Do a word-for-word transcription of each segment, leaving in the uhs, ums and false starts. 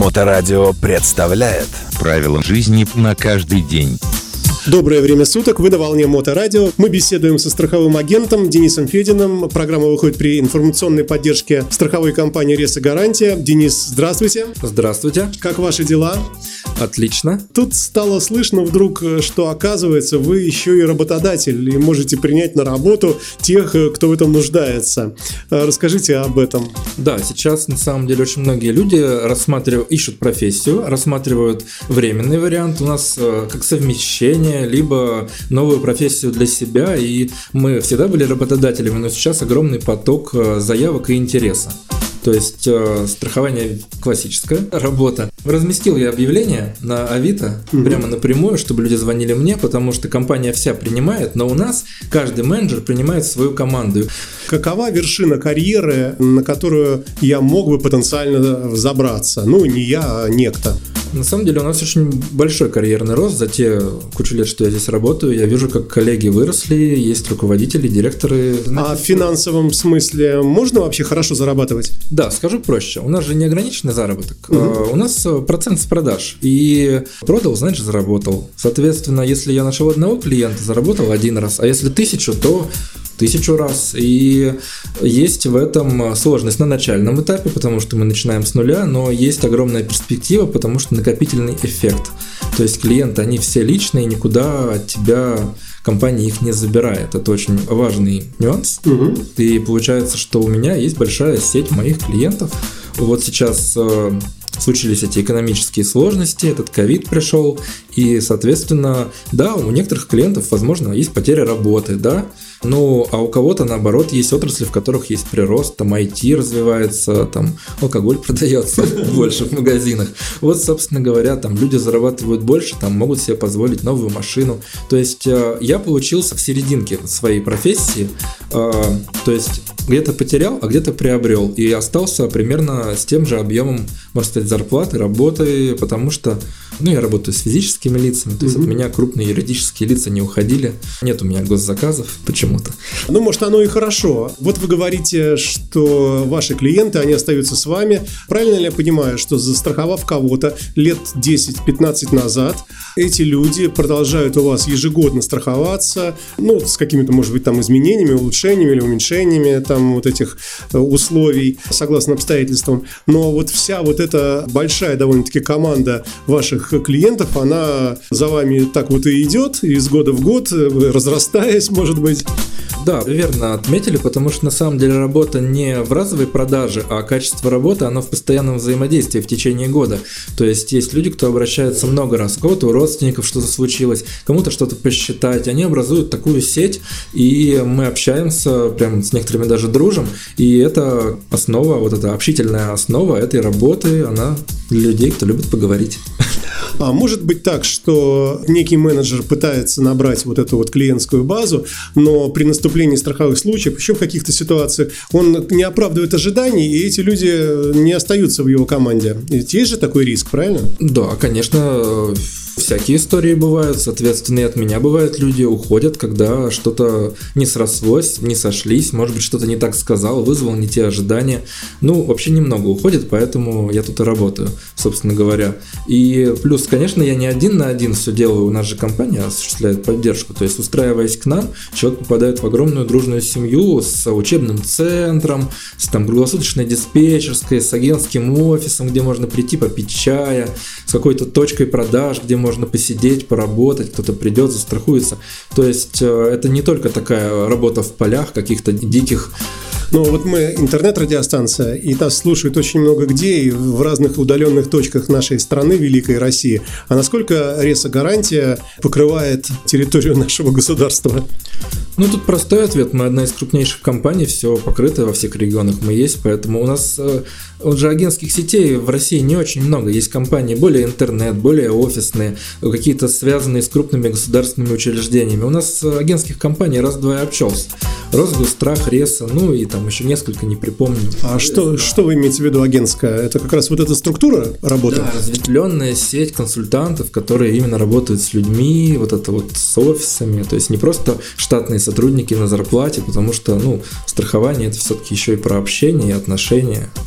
Моторадио представляет правила жизни на каждый день. Доброе время суток, вы на волне Моторадио. Мы беседуем со страховым агентом Денисом Фединым. Программа выходит при информационной поддержке страховой компании «Реса Гарантия». Денис, здравствуйте. Здравствуйте. Как ваши дела? Отлично. Тут стало слышно вдруг, что, оказывается, вы еще и работодатель и можете принять на работу тех, кто в этом нуждается. Расскажите об этом. Да, сейчас на самом деле очень многие люди рассматривают, ищут профессию, рассматривают временный вариант. У нас как совмещение, либо новую профессию для себя, и мы всегда были работодателями, но сейчас огромный поток заявок и интереса. То есть э, страхование классическая работа. Разместил я объявление на Авито mm-hmm. прямо напрямую, чтобы люди звонили мне, потому что компания вся принимает, но у нас каждый менеджер принимает свою команду. Какова вершина карьеры, на которую я мог бы потенциально забраться? Ну, не я, а некто. На самом деле у нас очень большой карьерный рост. За те кучу лет, что я здесь работаю, я вижу, как коллеги выросли, есть руководители, директоры. А в финансовом смысле можно вообще хорошо зарабатывать? Да, скажу проще. У нас же неограниченный заработок. Угу. У нас процент с продаж. И продал, значит, заработал. Соответственно, если я нашел одного клиента, заработал один раз. А если тысячу, то тысячу раз. И есть в этом сложность на начальном этапе, потому что мы начинаем с нуля, но есть огромная перспектива, потому что накопительный эффект. То есть клиенты, они все личные, никуда от тебя компания их не забирает. Это очень важный нюанс. Угу. И получается, что у меня есть большая сеть моих клиентов. Вот сейчас э, случились эти экономические сложности, этот ковид пришел, и, соответственно, да, у некоторых клиентов, возможно, есть потеря работы, да, ну, а у кого-то, наоборот, есть отрасли, в которых есть прирост, там ай ти развивается, там алкоголь продается больше в магазинах. Вот, собственно говоря, там люди зарабатывают больше, там могут себе позволить новую машину. То есть я получился в серединке своей профессии, то есть где-то потерял, а где-то приобрел, и остался примерно с тем же объемом, можно сказать, зарплаты, работы, потому что, ну, я работаю с физическими лицами, то есть mm-hmm. от меня крупные юридические лица не уходили, нет у меня госзаказов почему-то. Ну, может, оно и хорошо. Вот вы говорите, что ваши клиенты, они остаются с вами. Правильно ли я понимаю, что застраховав кого-то лет десять-пятнадцать назад, эти люди продолжают у вас ежегодно страховаться, ну, с какими-то, может быть, там изменениями, улучшениями или уменьшениями там вот этих условий, согласно обстоятельствам. Но вот вся вот эта большая довольно-таки команда ваших клиентов, она за вами так вот и идет, из года в год, разрастаясь, может быть. Да, верно отметили, потому что на самом деле работа не в разовой продаже, а качество работы, оно в постоянном взаимодействии в течение года. То есть есть люди, кто обращается много раз, у кого-то у родственников что-то случилось, кому-то что-то посчитать, они образуют такую сеть, и мы общаемся, прям с некоторыми даже дружим, и это основа, вот эта общительная основа этой работы, она для людей, кто любит поговорить. А может быть так, что некий менеджер пытается набрать вот эту вот клиентскую базу, но при наступлении страховых случаев, еще в каких-то ситуациях, он не оправдывает ожиданий, и эти люди не остаются в его команде. Ведь есть же такой риск, правильно? Да, конечно. Всякие истории бывают, соответственно, и от меня бывает, люди уходят, когда что-то не срослось, не сошлись, может быть, что-то не так сказал, вызвал не те ожидания. Ну, вообще немного уходит, поэтому я тут и работаю, собственно говоря. И плюс, конечно, я не один на один все делаю, у нас же компания осуществляет поддержку, то есть, устраиваясь к нам, человек попадает в огромную дружную семью с учебным центром, с там круглосуточной диспетчерской, с агентским офисом, где можно прийти попить чая, с какой-то точкой продаж, где можно посидеть, поработать, кто-то придет, застрахуется. То есть это не только такая работа в полях каких-то диких. Ну вот мы интернет-радиостанция, и нас слушают очень много где, и в разных удаленных точках нашей страны, великой России. А насколько Реса Гарантия покрывает территорию нашего государства? Ну, тут простой ответ. Мы одна из крупнейших компаний, все покрыто, во всех регионах мы есть, поэтому у нас вот же агентских сетей в России не очень много. Есть компании более интернет, более офисные, какие-то связанные с крупными государственными учреждениями. У нас агентских компаний раз-два и обчелся. Росгосстрах, Реса, ну и там еще несколько, не припомню. А что, что вы имеете в виду агентская? Это как раз вот эта структура работы? Да, разветвленная сеть консультантов, которые именно работают с людьми, вот это вот с офисами, то есть не просто штатные сотрудники на зарплате, потому что, ну, страхование это все-таки еще и про общение и отношения.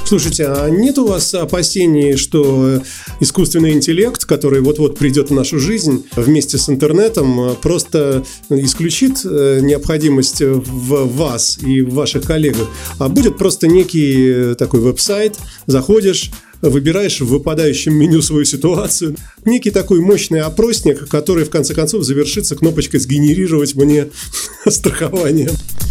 Слушайте, а нет у вас опасений, что искусственный интеллект, который вот-вот придет в нашу жизнь вместе с интернетом, просто исключит необходимость в вас и в ваших коллегах, а будет просто некий такой веб-сайт, заходишь, выбираешь в выпадающем меню свою ситуацию, некий такой мощный опросник, который в конце концов завершится кнопочкой «Сгенерировать мне страхование».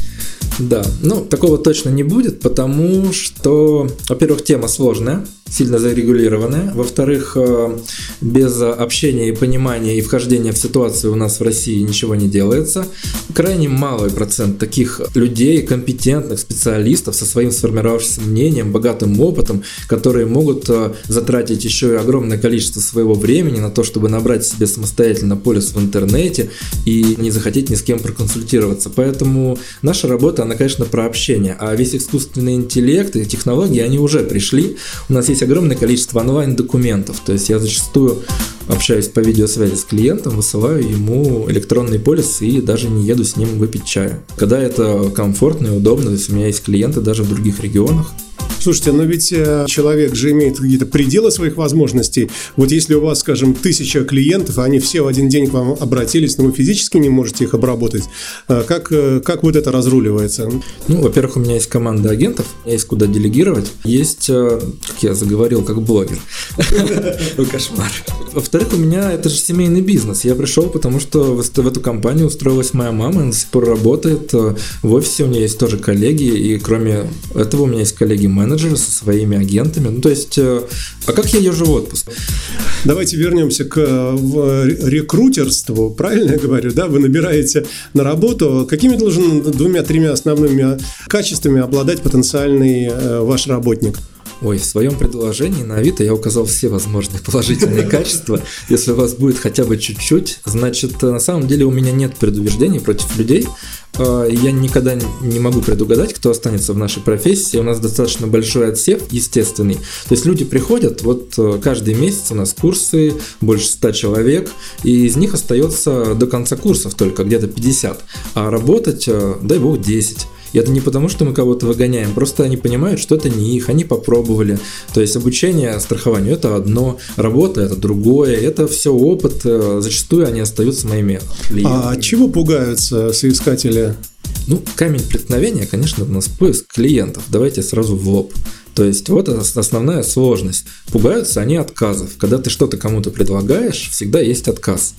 Да, ну такого точно не будет, потому что, во-первых, тема сложная, сильно зарегулированная, во-вторых, без общения и понимания и вхождения в ситуацию у нас в России ничего не делается. Крайне малый процент таких людей, компетентных специалистов со своим сформировавшимся мнением, богатым опытом, которые могут затратить еще и огромное количество своего времени на то, чтобы набрать себе самостоятельно полис в интернете и не захотеть ни с кем проконсультироваться. Поэтому наша работа, она, конечно, про общение, а весь искусственный интеллект и технологии, они уже пришли. У нас есть огромное количество онлайн-документов, то есть я зачастую общаюсь по видеосвязи с клиентом, высылаю ему электронный полис и даже не еду с ним выпить чаю. Когда это комфортно и удобно, то есть у меня есть клиенты даже в других регионах. Слушайте, но ведь человек же имеет какие-то пределы своих возможностей. Вот если у вас, скажем, тысяча клиентов, они все в один день к вам обратились, но вы физически не можете их обработать, как, как вот это разруливается? Ну, во-первых, у меня есть команда агентов, у меня есть куда делегировать, есть, как я заговорил, как блогер. Кошмар. Во-вторых, у меня это же семейный бизнес. Я пришел, потому что в эту компанию устроилась моя мама, она до сих пор работает. В офисе у меня есть тоже коллеги, и кроме этого у меня есть коллеги-менеджеры со своими агентами. Ну, то есть, а как я езжу в отпуск? Давайте вернемся к рекрутерству, правильно я говорю, да? Вы набираете на работу. Какими должен двумя-тремя основными качествами обладать потенциальный ваш работник? Ой, в своем предложении на Авито я указал все возможные положительные качества. Если у вас будет хотя бы чуть-чуть, значит, на самом деле у меня нет предубеждений против людей. Я никогда не могу предугадать, кто останется в нашей профессии. У нас достаточно большой отсев естественный. То есть люди приходят, вот каждый месяц у нас курсы, больше ста человек, и из них остается до конца курсов только где-то пятьдесят, а работать, дай бог, десять. И это не потому, что мы кого-то выгоняем, просто они понимают, что это не их, они попробовали. То есть обучение страхованию – это одно, работа – это другое, это все опыт, зачастую они остаются моими клиентами. А чего пугаются соискатели? Ну, камень преткновения, конечно, у нас поиск клиентов. Давайте сразу в лоб. То есть вот основная сложность. Пугаются они отказов. Когда ты что-то кому-то предлагаешь, всегда есть отказ.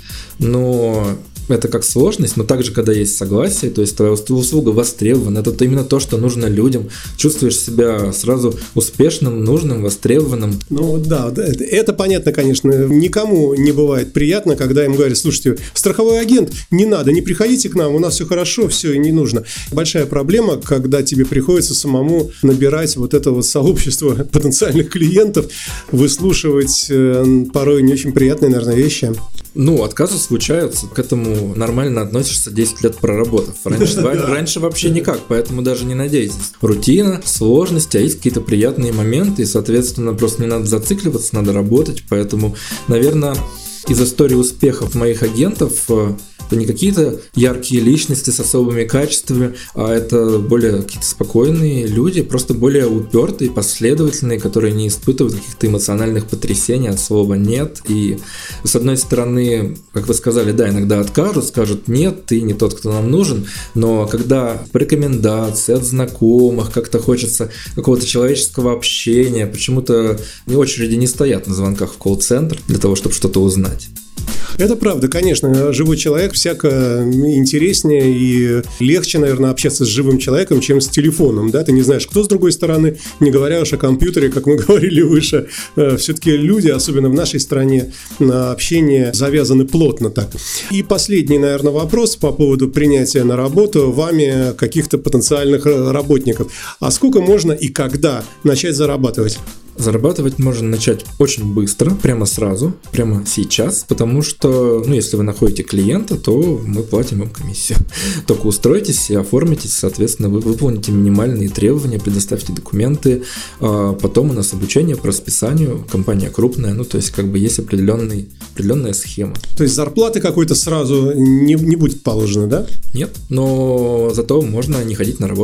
Но это как сложность, но также, когда есть согласие, то есть твоя услуга востребована, это именно то, что нужно людям. Чувствуешь себя сразу успешным, нужным, востребованным. Ну да, это, это понятно, конечно. Никому не бывает приятно, когда им говорят: слушайте, страховой агент, не надо, не приходите к нам, у нас все хорошо, все, и не нужно. Большая проблема, когда тебе приходится самому набирать вот это вот сообщество потенциальных клиентов, выслушивать э, порой не очень приятные, наверное, вещи. Ну, отказы случаются, к этому нормально относишься десять лет проработав. Раньше, раньше вообще никак, поэтому даже не надейтесь. Рутина, сложности, а есть какие-то приятные моменты, и, соответственно, просто не надо зацикливаться, надо работать. Поэтому, наверное, из истории успехов моих агентов это не какие-то яркие личности с особыми качествами, а это более какие-то спокойные люди, просто более упертые, последовательные, которые не испытывают каких-то эмоциональных потрясений от слова «нет». И с одной стороны, как вы сказали, да, иногда откажут, скажут «нет, ты не тот, кто нам нужен», но когда по рекомендации от знакомых как-то хочется какого-то человеческого общения, почему-то не очереди не стоят на звонках в колл-центр для того, чтобы что-то узнать. Это правда, конечно, живой человек всяко интереснее и легче, наверное, общаться с живым человеком, чем с телефоном, да, ты не знаешь, кто с другой стороны, не говоря уж о компьютере, как мы говорили выше. Все-таки люди, особенно в нашей стране, на общение завязаны плотно так. И последний, наверное, вопрос по поводу принятия на работу вами каких-то потенциальных работников. А сколько можно и когда начать зарабатывать? Зарабатывать можно начать очень быстро, прямо сразу, прямо сейчас, потому что, ну, если вы находите клиента, то мы платим им комиссию. Только устройтесь и оформитесь, соответственно, вы выполните минимальные требования, предоставьте документы, а потом у нас обучение по расписанию, компания крупная, ну, то есть, как бы есть определенный, определенная схема. То есть, зарплаты какой-то сразу не, не будет положено, да? Нет, но зато можно не ходить на работу.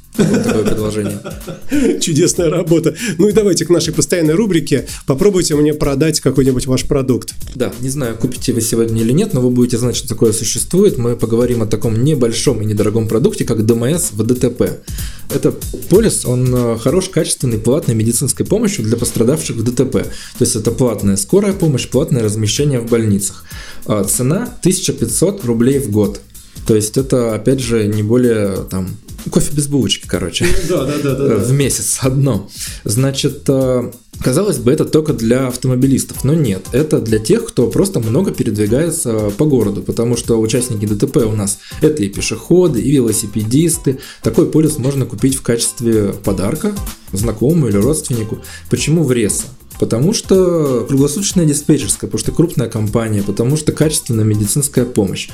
Вот такое предложение. Чудесная работа. Ну и давайте к нашей постоянной рубрике. Попробуйте мне продать какой-нибудь ваш продукт. Да, не знаю, купите вы сегодня или нет, но вы будете знать, что такое существует. Мы поговорим о таком небольшом и недорогом продукте, как ДМС в ДТП. Это полис, он хорош, качественной, платной медицинской помощью для пострадавших в ДТП. То есть это платная скорая помощь, платное размещение в больницах. А цена тысяча пятьсот рублей в год. То есть это, опять же, не более там кофе без булочки, короче. Да, да, да, да. В месяц одно. Значит, казалось бы, это только для автомобилистов, но нет. Это для тех, кто просто много передвигается по городу, потому что участники ДТП у нас это и пешеходы, и велосипедисты. Такой полис можно купить в качестве подарка знакомому или родственнику. Почему в РЕСА? Потому что круглосуточная диспетчерская, потому что крупная компания, потому что качественная медицинская помощь.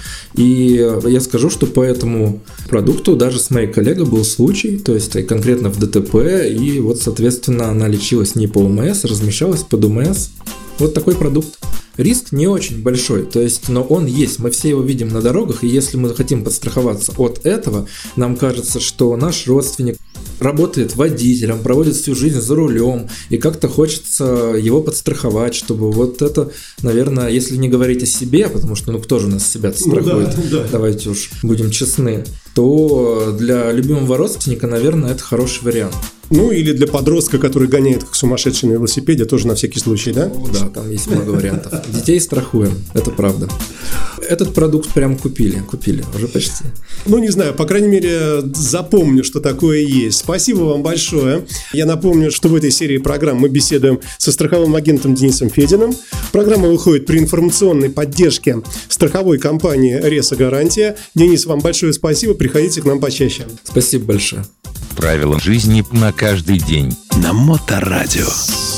И я скажу, что по этому продукту даже с моей коллегой был случай, то есть конкретно в ДТП, и вот, соответственно, она лечилась не по ОМС, размещалась под ОМС. Вот такой продукт. Риск не очень большой, то есть, но он есть, мы все его видим на дорогах, и если мы хотим подстраховаться от этого, нам кажется, что наш родственник работает водителем, проводит всю жизнь за рулем, и как-то хочется его подстраховать, чтобы вот это, наверное, если не говорить о себе, потому что, ну, кто же нас себя страхует, ну, да, да. Давайте уж будем честны, то для любимого родственника, наверное, это хороший вариант. Ну, или для подростка, который гоняет как сумасшедший на велосипеде, тоже на всякий случай, да? Да, там есть много вариантов. Детей страхуем, это правда. Этот продукт прям купили, купили, уже почти. Ну, не знаю, по крайней мере, запомню, что такое есть. Спасибо вам большое. Я напомню, что в этой серии программ мы беседуем со страховым агентом Денисом Фединым. Программа выходит при информационной поддержке страховой компании «РЕСА Гарантия». Денис, вам большое спасибо, приходите к нам почаще. Спасибо большое. Правила жизни на каждый день. На Моторадио.